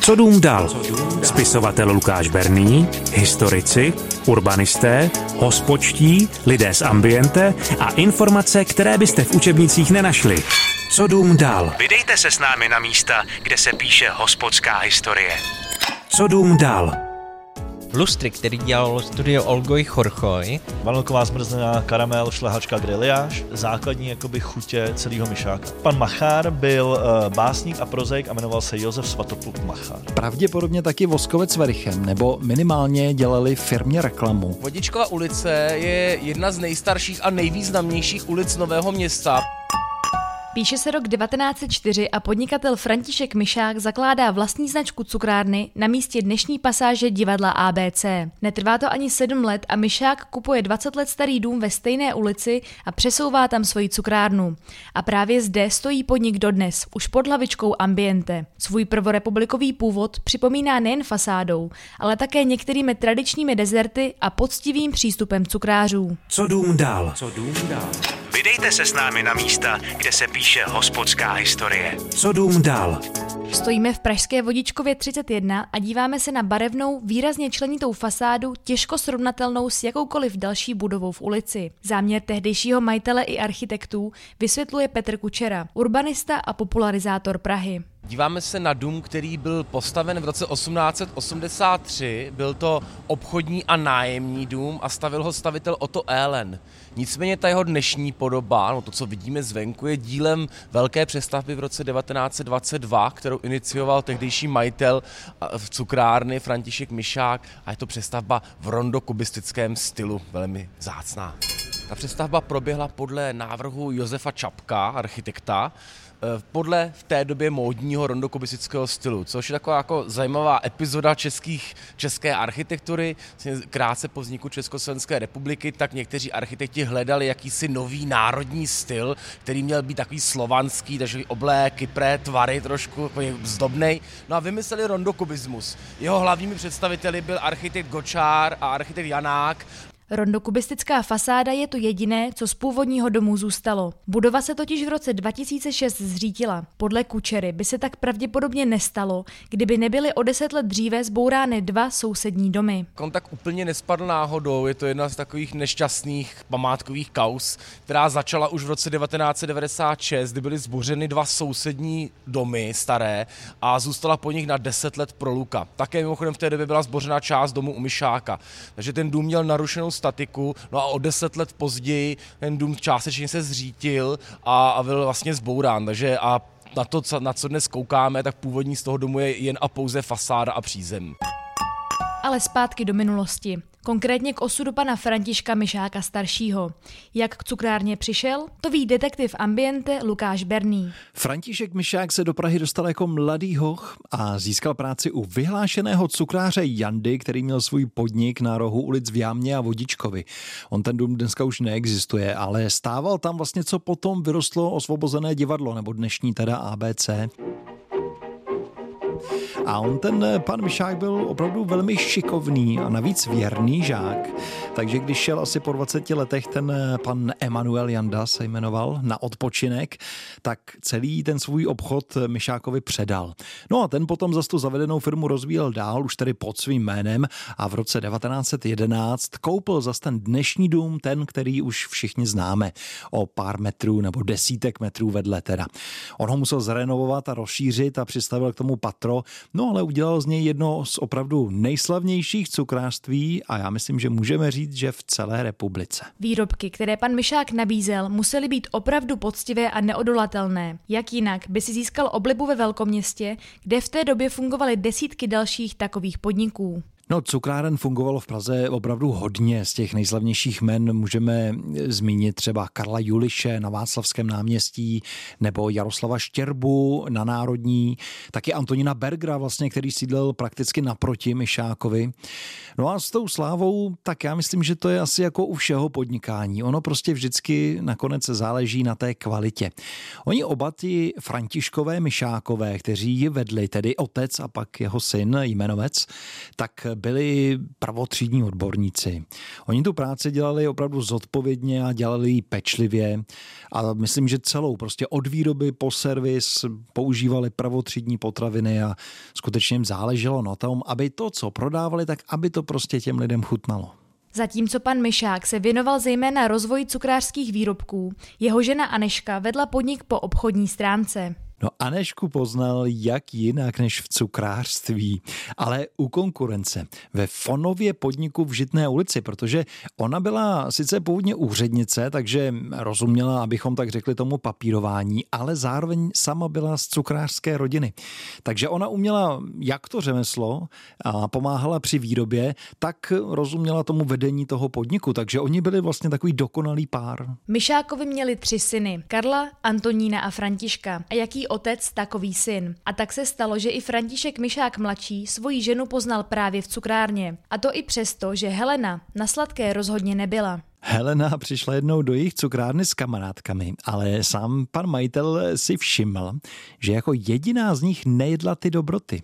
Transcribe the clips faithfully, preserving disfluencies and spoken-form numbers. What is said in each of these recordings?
Co dům dal? Spisovatel Lukáš Berný, historici, urbanisté, hospodští, lidé z ambiente a informace, které byste v učebnicích nenašli. Co dům dal? Vydejte se s námi na místa, kde se píše hospodská historie. Co dům dal? Lustry, který dělal studio Olgoj Chorchoj. Vanilková zmrzlina, karamel, šlehačka, griliáž, základní jakoby chutě celého myšáka. Pan Machár byl uh, básník a prozaik a jmenoval se Josef Svatopluk Machár. Pravděpodobně taky Voskovec Verichem, nebo minimálně dělali firmě reklamu. Vodičkova ulice je jedna z nejstarších a nejvýznamnějších ulic Nového Města. Píše se rok devatenáct set čtyři a podnikatel František Mišák zakládá vlastní značku cukrárny na místě dnešní pasáže divadla A B C. Netrvá to ani sedm let a Mišák kupuje dvacet let starý dům ve stejné ulici a přesouvá tam svoji cukrárnu. A právě zde stojí podnik dodnes, už pod hlavičkou Ambiente. Svůj prvorepublikový původ připomíná nejen fasádou, ale také některými tradičními dezerty a poctivým přístupem cukrářů. Co dům dal? Co dům dal? Vydejte se s námi na místa, kde se píše hospodská historie. Co dům dal? Stojíme v pražské Vodičkově třicet jedna a díváme se na barevnou, výrazně členitou fasádu, těžko srovnatelnou s jakoukoliv další budovou v ulici. Záměr tehdejšího majitele i architektů vysvětluje Petr Kučera, urbanista a popularizátor Prahy. Díváme se na dům, který byl postaven v roce osmnáct set osmdesát tři. Byl to obchodní a nájemní dům a stavil ho stavitel Otto Ehlen. Nicméně ta jeho dnešní podoba, no to, co vidíme zvenku, je dílem velké přestavby v roce devatenáct set dvacet dva, kterou inicioval tehdejší majitel v cukrárny František Mišák, a je to přestavba v rondokubistickém stylu, velmi vzácná. Ta přestavba proběhla podle návrhu Josefa Čapka, architekta, podle v té době módního rondokubistického stylu, což je taková jako zajímavá epizoda českých, české architektury. Krátce po vzniku Československé republiky, tak někteří architekti hledali jakýsi nový národní styl, který měl být takový slovanský, takže oblék, kypré, tvary, trošku zdobnej. No a vymysleli rondokubismus. Jeho hlavními představiteli byl architekt Gočár a architekt Janák. Rondokubistická fasáda je to jediné, co z původního domu zůstalo. Budova se totiž v roce dva tisíce šest zřítila. Podle Kučery by se tak pravděpodobně nestalo, kdyby nebyly o deset let dříve zbourány dva sousední domy. On tak úplně nespadl náhodou, je to jedna z takových nešťastných památkových kauz, která začala už v roce devatenáct set devadesát šest, kdy byly zbořeny dva sousední domy staré a zůstala po nich na deset let proluka. Také mimochodem v té době byla zbořena část domu u Mišáka, takže ten dům měl narušenou statiku, no a o deset let později ten dům částečně se zřítil a, a byl vlastně zbourán, takže a na to, na co dnes koukáme, tak původní z toho domu je jen a pouze fasáda a přízemí. Ale zpátky do minulosti. Konkrétně k osudu pana Františka Mišáka staršího. Jak k cukrárně přišel, to ví detektiv Ambiente Lukáš Berný. František Mišák se do Prahy dostal jako mladý hoch a získal práci u vyhlášeného cukráře Jandy, který měl svůj podnik na rohu ulic v Jámě a Vodičkovi. On ten dům dneska už neexistuje, ale stával tam vlastně, co potom vyrostlo Osvobozené divadlo, nebo dnešní teda A B C. A on, ten pan Mišák, byl opravdu velmi šikovný a navíc věrný žák. Takže když šel asi po dvaceti letech ten pan Emanuel Janda, se jmenoval, na odpočinek, tak celý ten svůj obchod Mišákovi předal. No a ten potom zas tu zavedenou firmu rozvíjel dál, už tedy pod svým jménem, a v roce devatenáct set jedenáct koupil zas ten dnešní dům, ten, který už všichni známe, o pár metrů nebo desítek metrů vedle teda. On ho musel zrenovovat a rozšířit a přistavil k tomu patro. No ale udělal z něj jedno z opravdu nejslavnějších cukrářství a já myslím, že můžeme říct, že v celé republice. Výrobky, které pan Mišák nabízel, musely být opravdu poctivé a neodolatelné. Jak jinak by si získal oblibu ve velkoměstě, kde v té době fungovaly desítky dalších takových podniků. No, cukráren fungovalo v Praze opravdu hodně. Z těch nejslavnějších jmen můžeme zmínit třeba Karla Juliše na Václavském náměstí nebo Jaroslava Štěrbu na Národní, taky Antonína Bergera vlastně, který sídlil prakticky naproti Mišákovi. No a s tou slávou, tak já myslím, že to je asi jako u všeho podnikání. Ono prostě vždycky nakonec záleží na té kvalitě. Oni oba ti Františkové Mišákové, kteří ji vedli, tedy otec a pak jeho syn jmenovec, tak byli prvotřídní odborníci. Oni tu práci dělali opravdu zodpovědně a dělali ji pečlivě a myslím, že celou prostě od výroby po servis používali prvotřídní potraviny a skutečně jim záleželo na tom, aby to, co prodávali, tak aby to prostě těm lidem chutnalo. Zatímco pan Mišák se věnoval zejména rozvoji cukrářských výrobků, jeho žena Anežka vedla podnik po obchodní stránce. No Anežku poznal jak jinak než v cukrářství, ale u konkurence ve Fonově podniku v Žitné ulici, protože ona byla sice původně úřednice, takže rozuměla, abychom tak řekli, tomu papírování, ale zároveň sama byla z cukrářské rodiny. Takže ona uměla jak to řemeslo a pomáhala při výrobě, tak rozuměla tomu vedení toho podniku, takže oni byli vlastně takový dokonalý pár. Mišákovi měli tři syny, Karla, Antonína a Františka. A jaký otec, takový syn. A tak se stalo, že i František Mišák mladší svoji ženu poznal právě v cukrárně. A to i přesto, že Helena na sladké rozhodně nebyla. Helena přišla jednou do jejich cukrárny s kamarádkami, ale sám pan majitel si všiml, že jako jediná z nich nejedla ty dobroty.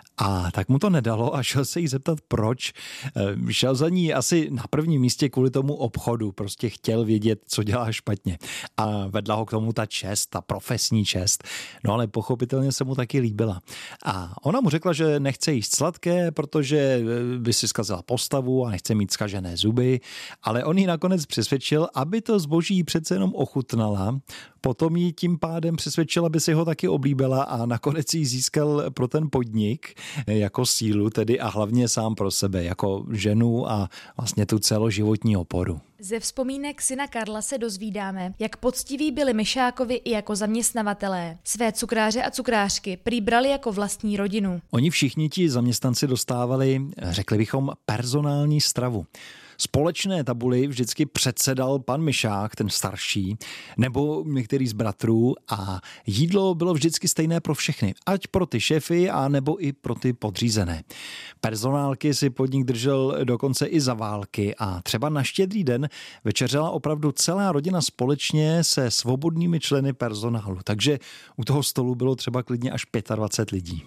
A tak mu to nedalo a šel se jí zeptat, proč. Šel za ní asi na prvním místě kvůli tomu obchodu, prostě chtěl vědět, co dělá špatně. A vedla ho k tomu ta čest, ta profesní čest. No ale pochopitelně se mu taky líbila. A ona mu řekla, že nechce jíst sladké, protože by si zkazila postavu a nechce mít zkažené zuby, ale on ji nakonec přesvědčil, aby to zboží přece jenom ochutnala. Potom jí tím pádem přesvědčil, aby si ho taky oblíbila a nakonec jí získal pro ten podnik jako sílu tedy a hlavně sám pro sebe, jako ženu a vlastně tu celoživotní oporu. Ze vzpomínek syna Karla se dozvídáme, jak poctiví byli Mišákovi i jako zaměstnavatelé. Své cukráře a cukrářky prý brali jako vlastní rodinu. Oni všichni ti zaměstnanci dostávali, řekli bychom, personální stravu. Společné tabuli vždycky předsedal pan Mišák, ten starší, nebo některý z bratrů a jídlo bylo vždycky stejné pro všechny, ať pro ty šéfy, a nebo i pro ty podřízené. Personálky si podnik držel dokonce i za války a třeba na Štědrý den večeřela opravdu celá rodina společně se svobodnými členy personálu, takže u toho stolu bylo třeba klidně až dvacet pět lidí.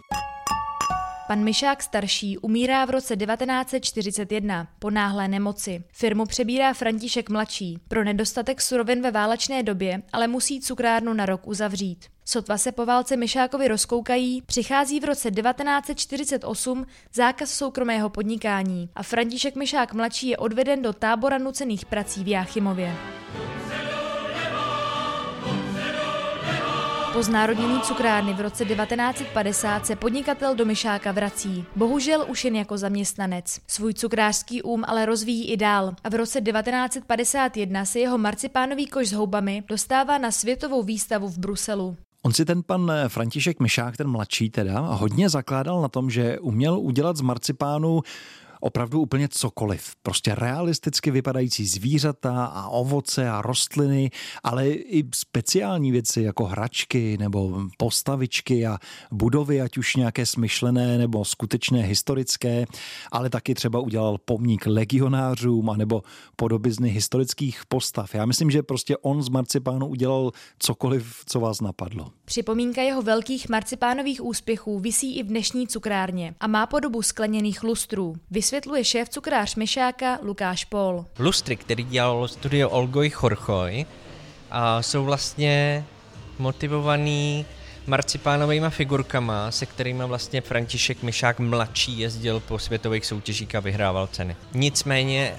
Pan Mišák starší umírá v roce devatenáct set čtyřicet jedna po náhlé nemoci. Firmu přebírá František mladší. Pro nedostatek surovin ve válečné době ale musí cukrárnu na rok uzavřít. Sotva se po válce Mišákovi rozkoukají, přichází v roce devatenáct set čtyřicet osm zákaz soukromého podnikání a František Mišák mladší je odveden do tábora nucených prací v Jáchymově. Po znárodnění cukrárny v roce devatenáct set padesát se podnikatel do Mišáka vrací. Bohužel už jen jako zaměstnanec. Svůj cukrářský um ale rozvíjí i dál a v roce devatenáct set padesát jedna se jeho marcipánový koš s houbami dostává na světovou výstavu v Bruselu. On si ten pan František Mišák, ten mladší teda, hodně zakládal na tom, že uměl udělat z marcipánu opravdu úplně cokoliv. Prostě realisticky vypadající zvířata a ovoce a rostliny, ale i speciální věci jako hračky nebo postavičky a budovy, ať už nějaké smyšlené nebo skutečné historické, ale taky třeba udělal pomník legionářům a nebo podobizny historických postav. Já myslím, že prostě on z marcipánu udělal cokoliv, co vás napadlo. Připomínka jeho velkých marcipánových úspěchů visí i v dnešní cukrárně a má podobu skleněných lustrů. Vysvětluje šéf cukrář Mišáka Lukáš Pol. Lustry, který dělal studio Olgoj Chorchoj, a jsou vlastně motivovaný marcipánovými figurkama, se kterými vlastně František Mišák mladší jezdil po světových soutěžích a vyhrával ceny. Nicméně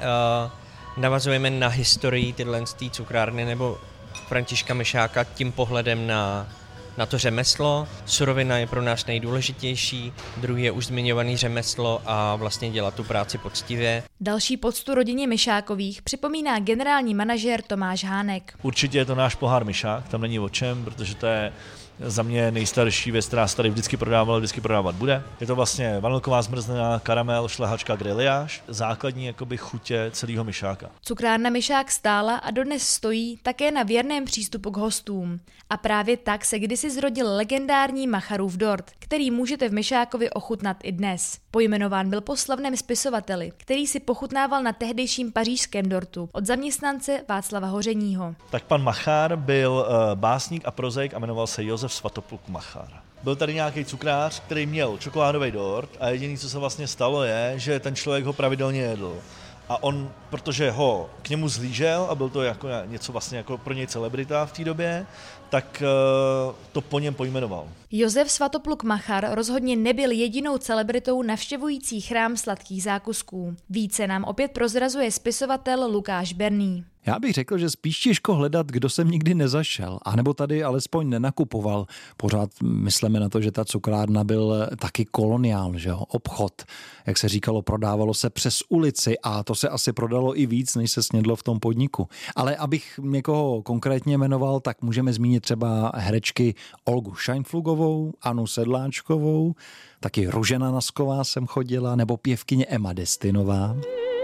uh, navazujeme na historii tyhle cukrárny nebo Františka Mišáka tím pohledem na na to řemeslo. Surovina je pro nás nejdůležitější, druhý je už zmiňovaný řemeslo a vlastně dělat tu práci poctivě. Další poctu rodině Mišákových připomíná generální manažér Tomáš Hánek. Určitě je to náš pohár Mišák, tam není o čem, protože to je za mě nejstarší věc, která se tady vždycky prodávala, vždycky prodávat bude. Je to vlastně vanilková zmrzlina, karamel, šlehačka, griliáž, základní jakoby chutě celého Mišáka. Cukrárna Mišák stála a dodnes stojí také na věrném přístupu k hostům. A právě tak se kdysi zrodil legendární Macharův dort, který můžete v Mišákovi ochutnat i dnes. Pojmenován byl po slavném spisovateli, který si pochutnával na tehdejším pařížském dortu od zaměstnance Václava Hořeního. Tak pan Machár byl uh, básník a prozaik a jmenoval se Josef Svatopluk Machár. Byl tady nějaký cukrář, který měl čokoládový dort a jediné, co se vlastně stalo, je, že ten člověk ho pravidelně jedl. A on, protože ho k němu zhlížel a byl to jako něco vlastně jako pro něj celebrita v té době, tak to po něm pojmenoval. Josef Svatopluk Machar rozhodně nebyl jedinou celebritou navštěvující chrám sladkých zákusků. Více nám opět prozrazuje spisovatel Lukáš Berný. Já bych řekl, že spíš těžko hledat, kdo sem nikdy nezašel, anebo tady alespoň nenakupoval. Pořád myslíme na to, že ta cukrárna byl taky koloniál, že jo? Obchod. Jak se říkalo, prodávalo se přes ulici a to se asi prodalo i víc, než se snědlo v tom podniku. Ale abych někoho konkrétně jmenoval, tak můžeme zmínit třeba herečky Olgu Šajnflugovou, Anu Sedláčkovou, taky Růžena Nasková sem chodila, nebo pěvkyně Emma Destinová.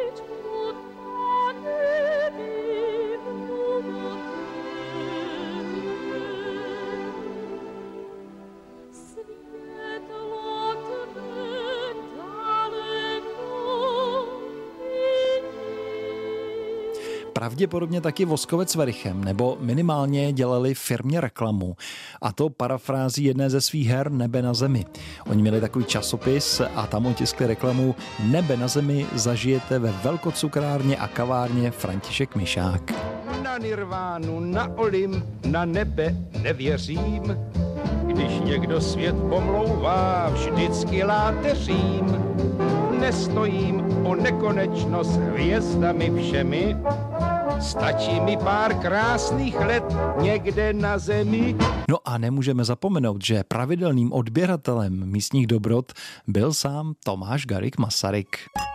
Pravděpodobně taky Voskovec Verichem, nebo minimálně dělali firmě reklamu. A to parafrází jedné ze svých her Nebe na zemi. Oni měli takový časopis a tam otiskli reklamu Nebe na zemi zažijete ve velkocukrárně a kavárně František Mišák. Na nirvánu, na Olymp, na nebe nevěřím. Když někdo svět pomlouvá, vždycky láteřím. Nestojím o nekonečnost hvězdami všemi. Stačí mi pár krásných let někde na zemi. No a nemůžeme zapomenout, že pravidelným odběratelem místních dobrot byl sám Tomáš Garrigue Masaryk.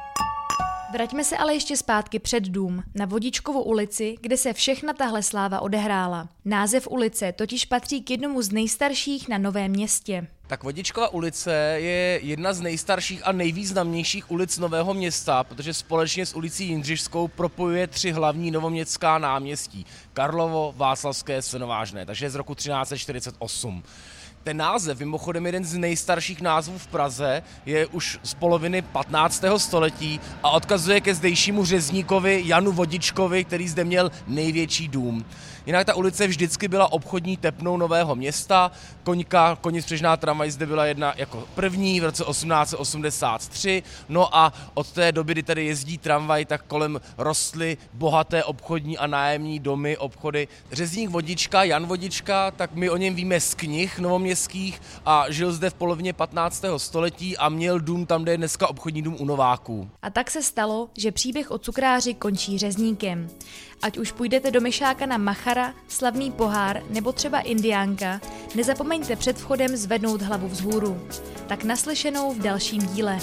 Vraťme se ale ještě zpátky před dům, na Vodičkovu ulici, kde se všechna tahle sláva odehrála. Název ulice totiž patří k jednomu z nejstarších na Novém Městě. Tak Vodičkova ulice je jedna z nejstarších a nejvýznamnějších ulic Nového Města, protože společně s ulicí Jindřišskou propojuje tři hlavní novoměstská náměstí. Karlovo, Václavské, Svenovážné, takže je z roku třináct set čtyřicet osm. Ten název, mimochodem jeden z nejstarších názvů v Praze, je už z poloviny patnáctého století a odkazuje ke zdejšímu řezníkovi Janu Vodičkovi, který zde měl největší dům. Jinak ta ulice vždycky byla obchodní tepnou Nového Města, koňka, koněspřežná tramvaj zde byla jedna jako první v roce osmnáct set osmdesát tři, no a od té doby, kdy tady jezdí tramvaj, tak kolem rostly bohaté obchodní a nájemní domy, obchody. Řezník Vodička, Jan Vodička, tak my o něm víme z knih novoměstských a žil zde v polovině patnáctého století a měl dům tam, kde je dneska obchodní dům u Nováků. A tak se stalo, že příběh o cukráři končí řezníkem. Ať už půjdete do Mišáka na Machara, slavný pohár nebo třeba Indiánka, nezapomeňte před vchodem zvednout hlavu vzhůru. Tak naslyšenou v dalším díle.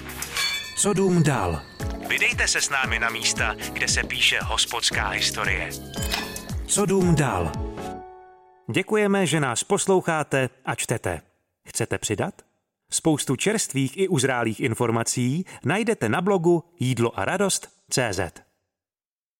Co dům dál? Vydejte se s námi na místa, kde se píše hospodská historie. Co dům dál? Děkujeme, že nás posloucháte a čtete. Chcete přidat? Spoustu čerstvých i uzrálých informací najdete na blogu jídlo a radost tečka cé zet.